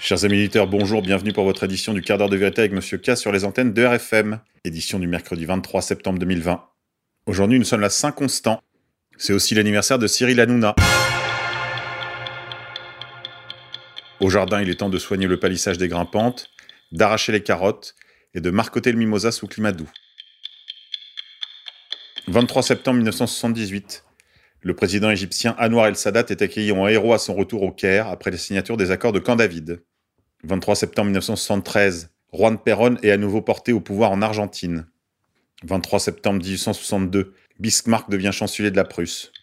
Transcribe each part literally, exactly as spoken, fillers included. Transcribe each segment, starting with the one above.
Chers amis éditeurs, bonjour, bienvenue pour votre édition du quart d'heure de vérité avec Monsieur K sur les antennes de R F M, édition du mercredi vingt-trois septembre deux mille vingt. Aujourd'hui, nous sommes à Saint-Constant. C'est aussi l'anniversaire de Cyril Hanouna. Au jardin, il est temps de soigner le palissage des grimpantes, d'arracher les carottes et de marcoter le mimosa sous climat doux. vingt-trois septembre mille neuf cent soixante-dix-huit. Le président égyptien Anwar el-Sadat est accueilli en héros à son retour au Caire après la signature des accords de Camp David. vingt-trois septembre mille neuf cent soixante-treize. Juan Perón est à nouveau porté au pouvoir en Argentine. vingt-trois septembre mille huit cent soixante-deux. Bismarck devient chancelier de la Prusse.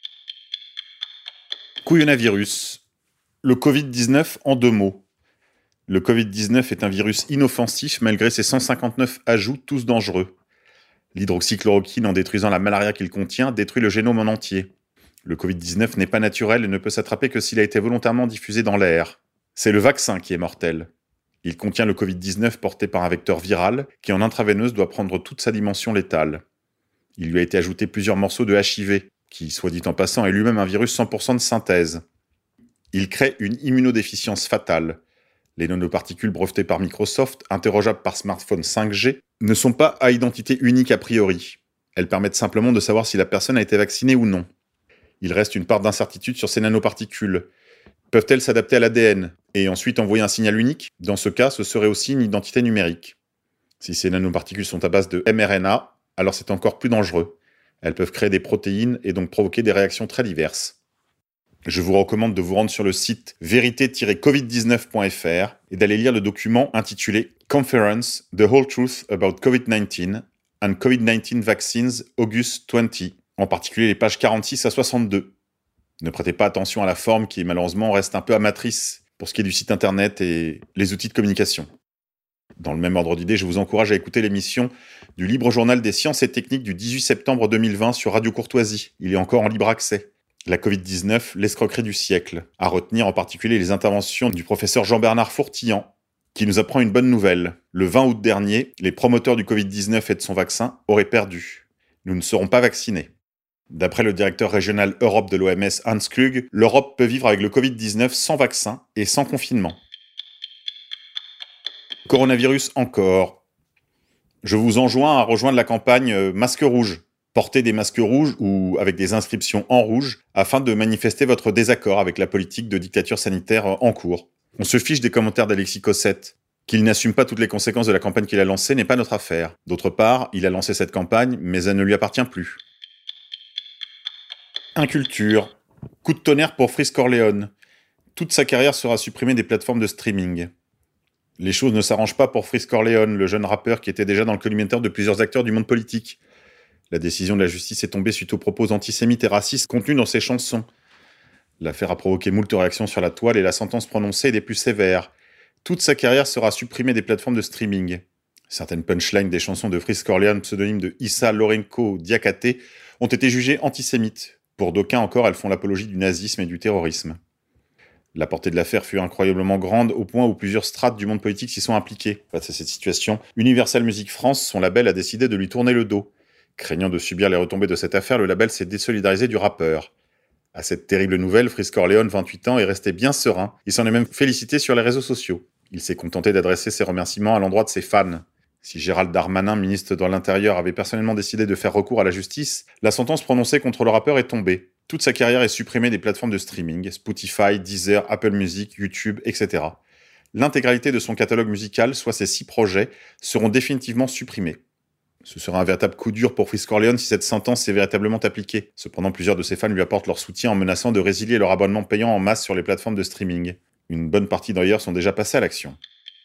Couillonavirus. Le covid dix-neuf en deux mots. Le covid dix-neuf est un virus inoffensif malgré ses cent cinquante-neuf ajouts, tous dangereux. L'hydroxychloroquine, en détruisant la malaria qu'il contient, détruit le génome en entier. Le covid dix-neuf n'est pas naturel et ne peut s'attraper que s'il a été volontairement diffusé dans l'air. C'est le vaccin qui est mortel. Il contient le covid dix-neuf porté par un vecteur viral qui, en intraveineuse, doit prendre toute sa dimension létale. Il lui a été ajouté plusieurs morceaux de H I V, qui, soit dit en passant, est lui-même un virus cent pour cent de synthèse. Il crée une immunodéficience fatale. Les nanoparticules brevetées par Microsoft, interrogeables par smartphone cinq G, ne sont pas à identité unique a priori. Elles permettent simplement de savoir si la personne a été vaccinée ou non. Il reste une part d'incertitude sur ces nanoparticules. Peuvent-elles s'adapter à l'A D N et ensuite envoyer un signal unique ? Dans ce cas, ce serait aussi une identité numérique. Si ces nanoparticules sont à base de m R N A, alors c'est encore plus dangereux. Elles peuvent créer des protéines et donc provoquer des réactions très diverses. Je vous recommande de vous rendre sur le site vérité tiret covid dix-neuf point f r et d'aller lire le document intitulé « Conference, The Whole Truth About covid dix-neuf and covid dix-neuf Vaccines, August twentieth », en particulier les pages quarante-six à soixante-deux. Ne prêtez pas attention à la forme qui, malheureusement, reste un peu amatrice pour ce qui est du site internet et les outils de communication. Dans le même ordre d'idée, je vous encourage à écouter l'émission du Libre Journal des Sciences et Techniques du dix-huit septembre deux mille vingt sur Radio Courtoisie. Il est encore en libre accès. La covid dix-neuf, l'escroquerie du siècle. À retenir en particulier les interventions du professeur Jean-Bernard Fourtillan, qui nous apprend une bonne nouvelle. Le vingt août dernier, les promoteurs du covid dix-neuf et de son vaccin auraient perdu. Nous ne serons pas vaccinés. D'après le directeur régional Europe de l'O M S Hans Klug, l'Europe peut vivre avec le covid dix-neuf sans vaccin et sans confinement. Coronavirus encore. Je vous enjoins à rejoindre la campagne Masque rouge. Portez des masques rouges ou avec des inscriptions en rouge afin de manifester votre désaccord avec la politique de dictature sanitaire en cours. On se fiche des commentaires d'Alexis Cossette. Qu'il n'assume pas toutes les conséquences de la campagne qu'il a lancée n'est pas notre affaire. D'autre part, il a lancé cette campagne, mais elle ne lui appartient plus. Inculture. Coup de tonnerre pour Freeze Corleone. Toute sa carrière sera supprimée des plateformes de streaming. Les choses ne s'arrangent pas pour Freeze Corleone, le jeune rappeur qui était déjà dans le collimateur de plusieurs acteurs du monde politique. La décision de la justice est tombée suite aux propos antisémites et racistes contenus dans ses chansons. L'affaire a provoqué moult réactions sur la toile et la sentence prononcée est des plus sévères. Toute sa carrière sera supprimée des plateformes de streaming. Certaines punchlines des chansons de Freeze Corleone, pseudonyme de Issa Lorenko Diakate, ont été jugées antisémites. Pour d'aucuns encore, elles font l'apologie du nazisme et du terrorisme. La portée de l'affaire fut incroyablement grande au point où plusieurs strates du monde politique s'y sont impliquées. Face à cette situation, Universal Music France, son label, a décidé de lui tourner le dos. Craignant de subir les retombées de cette affaire, le label s'est désolidarisé du rappeur. À cette terrible nouvelle, Freeze Corleone, vingt-huit ans, est resté bien serein. Il s'en est même félicité sur les réseaux sociaux. Il s'est contenté d'adresser ses remerciements à l'endroit de ses fans. Si Gérald Darmanin, ministre de l'Intérieur, avait personnellement décidé de faire recours à la justice, la sentence prononcée contre le rappeur est tombée. Toute sa carrière est supprimée des plateformes de streaming, Spotify, Deezer, Apple Music, YouTube, et cetera. L'intégralité de son catalogue musical, soit ses six projets, seront définitivement supprimés. Ce sera un véritable coup dur pour Freeze Corleone si cette sentence est véritablement appliquée. Cependant, plusieurs de ses fans lui apportent leur soutien en menaçant de résilier leur abonnement payant en masse sur les plateformes de streaming. Une bonne partie d'ailleurs sont déjà passés à l'action.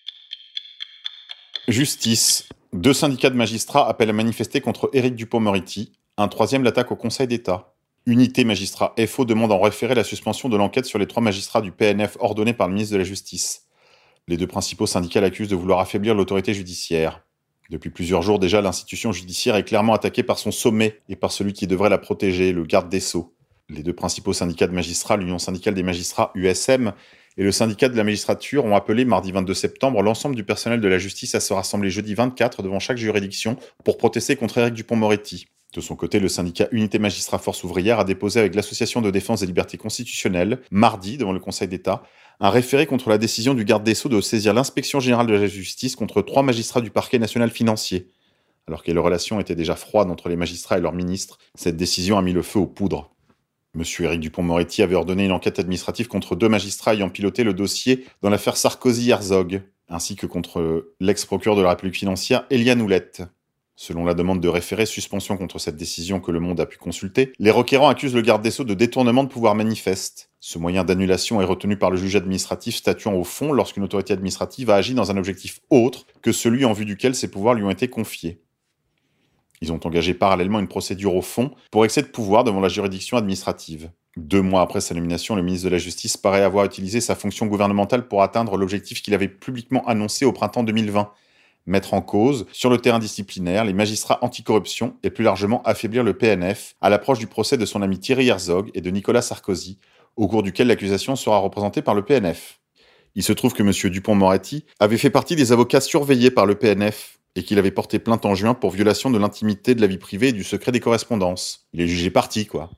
Justice. Deux syndicats de magistrats appellent à manifester contre Éric Dupond-Moretti. Un troisième l'attaque au Conseil d'État. Unité Magistrat F O demande en référé la suspension de l'enquête sur les trois magistrats du P N F ordonnée par le ministre de la Justice. Les deux principaux syndicats l'accusent de vouloir affaiblir l'autorité judiciaire. Depuis plusieurs jours déjà, l'institution judiciaire est clairement attaquée par son sommet et par celui qui devrait la protéger, le garde des Sceaux. Les deux principaux syndicats de magistrats, l'Union syndicale des magistrats U S M et le syndicat de la magistrature, ont appelé mardi vingt-deux septembre l'ensemble du personnel de la justice à se rassembler jeudi vingt-quatre devant chaque juridiction pour protester contre Éric Dupond-Moretti. De son côté, le syndicat Unité Magistrat Force Ouvrière a déposé avec l'Association de défense des libertés constitutionnelles, mardi, devant le Conseil d'État, un référé contre la décision du garde des Sceaux de saisir l'inspection générale de la justice contre trois magistrats du parquet national financier. Alors que les relations étaient déjà froides entre les magistrats et leurs ministres, cette décision a mis le feu aux poudres. Monsieur Éric Dupond-Moretti avait ordonné une enquête administrative contre deux magistrats ayant piloté le dossier dans l'affaire Sarkozy-Herzog, ainsi que contre l'ex-procureur de la République financière, Éliane Houlette. Selon la demande de référé suspension contre cette décision que Le Monde a pu consulter, les requérants accusent le garde des Sceaux de détournement de pouvoir manifeste. Ce moyen d'annulation est retenu par le juge administratif statuant au fond lorsqu'une autorité administrative a agi dans un objectif autre que celui en vue duquel ses pouvoirs lui ont été confiés. Ils ont engagé parallèlement une procédure au fond pour excès de pouvoir devant la juridiction administrative. Deux mois après sa nomination, le ministre de la Justice paraît avoir utilisé sa fonction gouvernementale pour atteindre l'objectif qu'il avait publiquement annoncé au printemps deux mille vingt. Mettre en cause, sur le terrain disciplinaire, les magistrats anticorruption et plus largement affaiblir le P N F à l'approche du procès de son ami Thierry Herzog et de Nicolas Sarkozy, au cours duquel l'accusation sera représentée par le P N F. Il se trouve que M. Dupond-Moretti avait fait partie des avocats surveillés par le P N F et qu'il avait porté plainte en juin pour violation de l'intimité de la vie privée et du secret des correspondances. Il est jugé parti, quoi.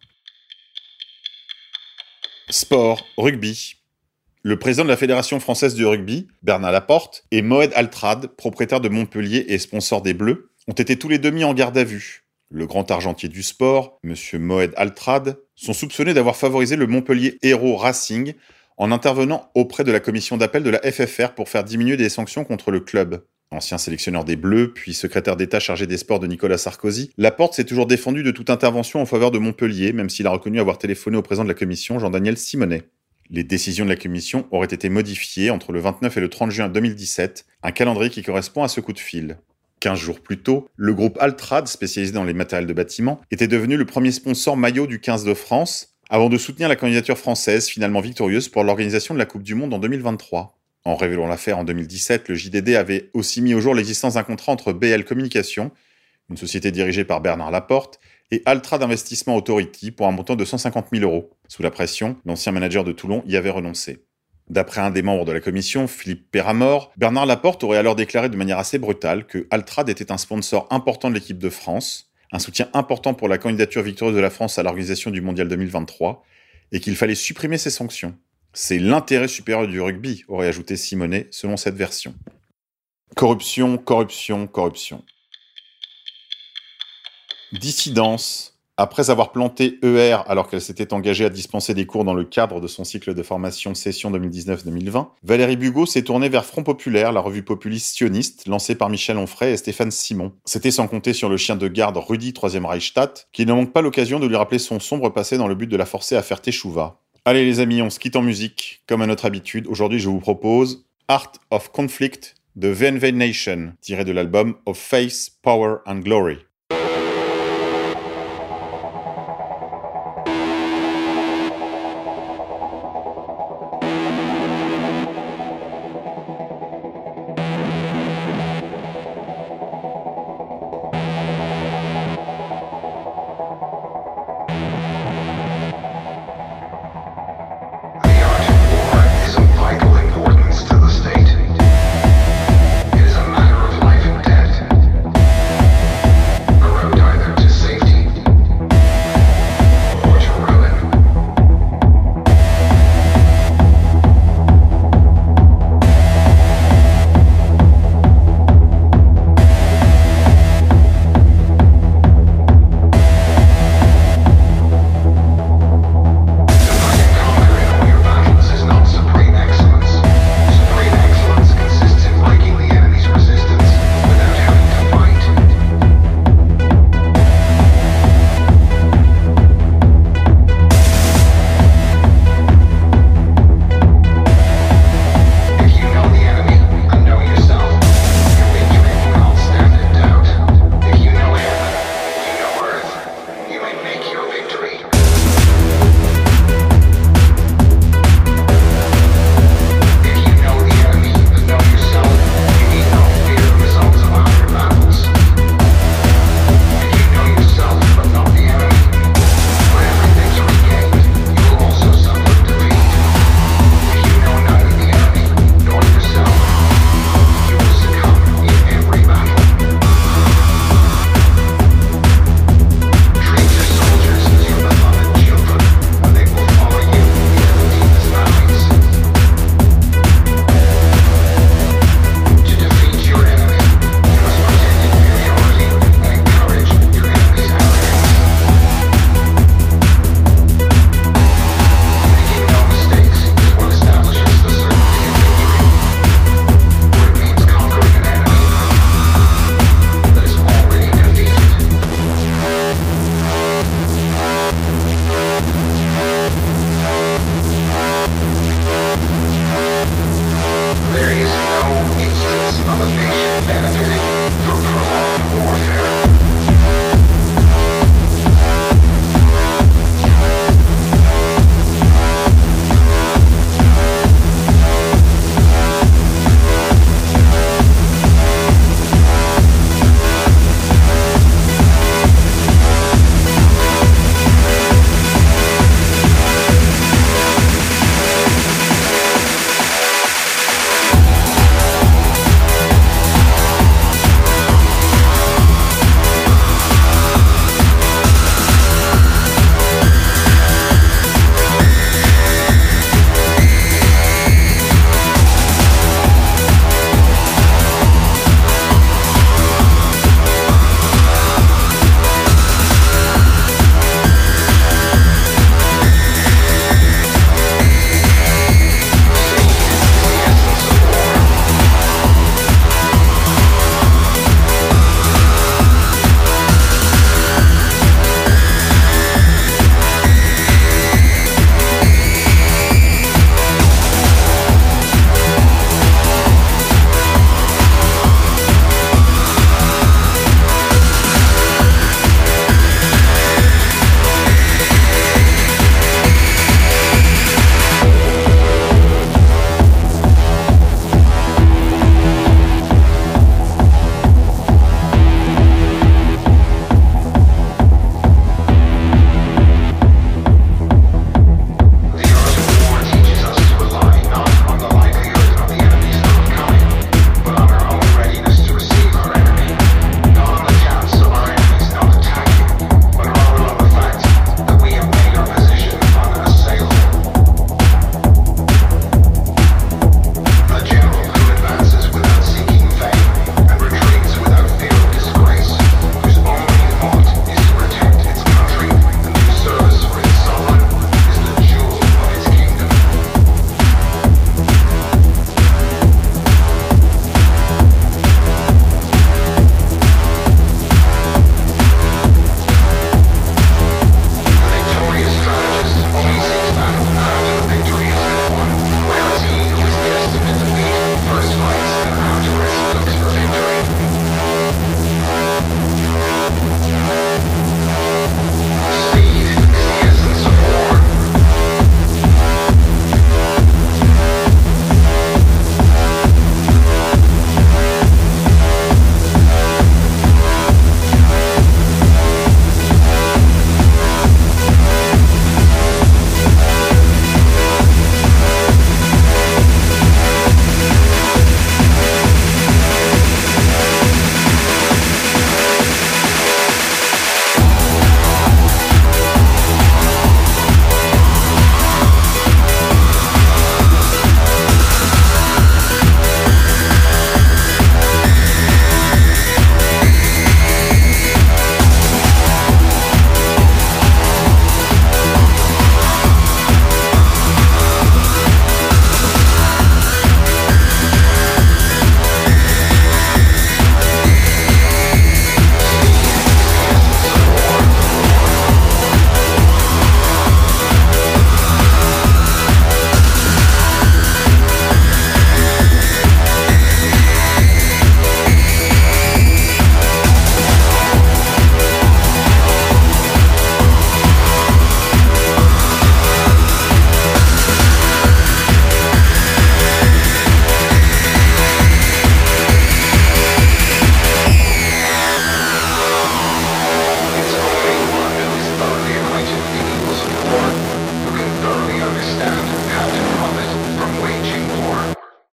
Sport, rugby. Le président de la Fédération française de rugby, Bernard Laporte, et Moed Altrad, propriétaire de Montpellier et sponsor des Bleus, ont été tous les deux mis en garde à vue. Le grand argentier du sport, M. Moed Altrad, sont soupçonnés d'avoir favorisé le Montpellier Hérault Racing en intervenant auprès de la commission d'appel de la F F R pour faire diminuer des sanctions contre le club. Ancien sélectionneur des Bleus, puis secrétaire d'État chargé des sports de Nicolas Sarkozy, Laporte s'est toujours défendu de toute intervention en faveur de Montpellier, même s'il a reconnu avoir téléphoné au président de la commission, Jean-Daniel Simonet. Les décisions de la commission auraient été modifiées entre le vingt-neuf et le trente juin deux mille dix-sept, un calendrier qui correspond à ce coup de fil. Quinze jours plus tôt, le groupe Altrad, spécialisé dans les matériels de bâtiment, était devenu le premier sponsor maillot du quinze de France, avant de soutenir la candidature française, finalement victorieuse pour l'organisation de la Coupe du Monde en deux mille vingt-trois. En révélant l'affaire en deux mille dix-sept, le J D D avait aussi mis au jour l'existence d'un contrat entre B L Communication, une société dirigée par Bernard Laporte, et Altrad Investissement Authority pour un montant de cent cinquante mille euros. Sous la pression, l'ancien manager de Toulon y avait renoncé. D'après un des membres de la commission, Philippe Péramore, Bernard Laporte aurait alors déclaré de manière assez brutale que Altrad était un sponsor important de l'équipe de France, un soutien important pour la candidature victorieuse de la France à l'organisation du Mondial deux mille vingt-trois, et qu'il fallait supprimer ces sanctions. C'est l'intérêt supérieur du rugby, aurait ajouté Simonet, selon cette version. Corruption, corruption, corruption. Dissidence. Après avoir planté E R alors qu'elle s'était engagée à dispenser des cours dans le cadre de son cycle de formation session deux mille dix-neuf deux mille vingt, Valérie Bugeaud s'est tournée vers Front Populaire, la revue populiste sioniste, lancée par Michel Onfray et Stéphane Simon. C'était sans compter sur le chien de garde Rudi troisième Reichstadt, qui ne manque pas l'occasion de lui rappeler son sombre passé dans le but de la forcer à faire Teshuva. Allez les amis, on se quitte en musique. Comme à notre habitude, aujourd'hui je vous propose Art of Conflict de V N V Nation, tiré de l'album Of Faith, Power and Glory.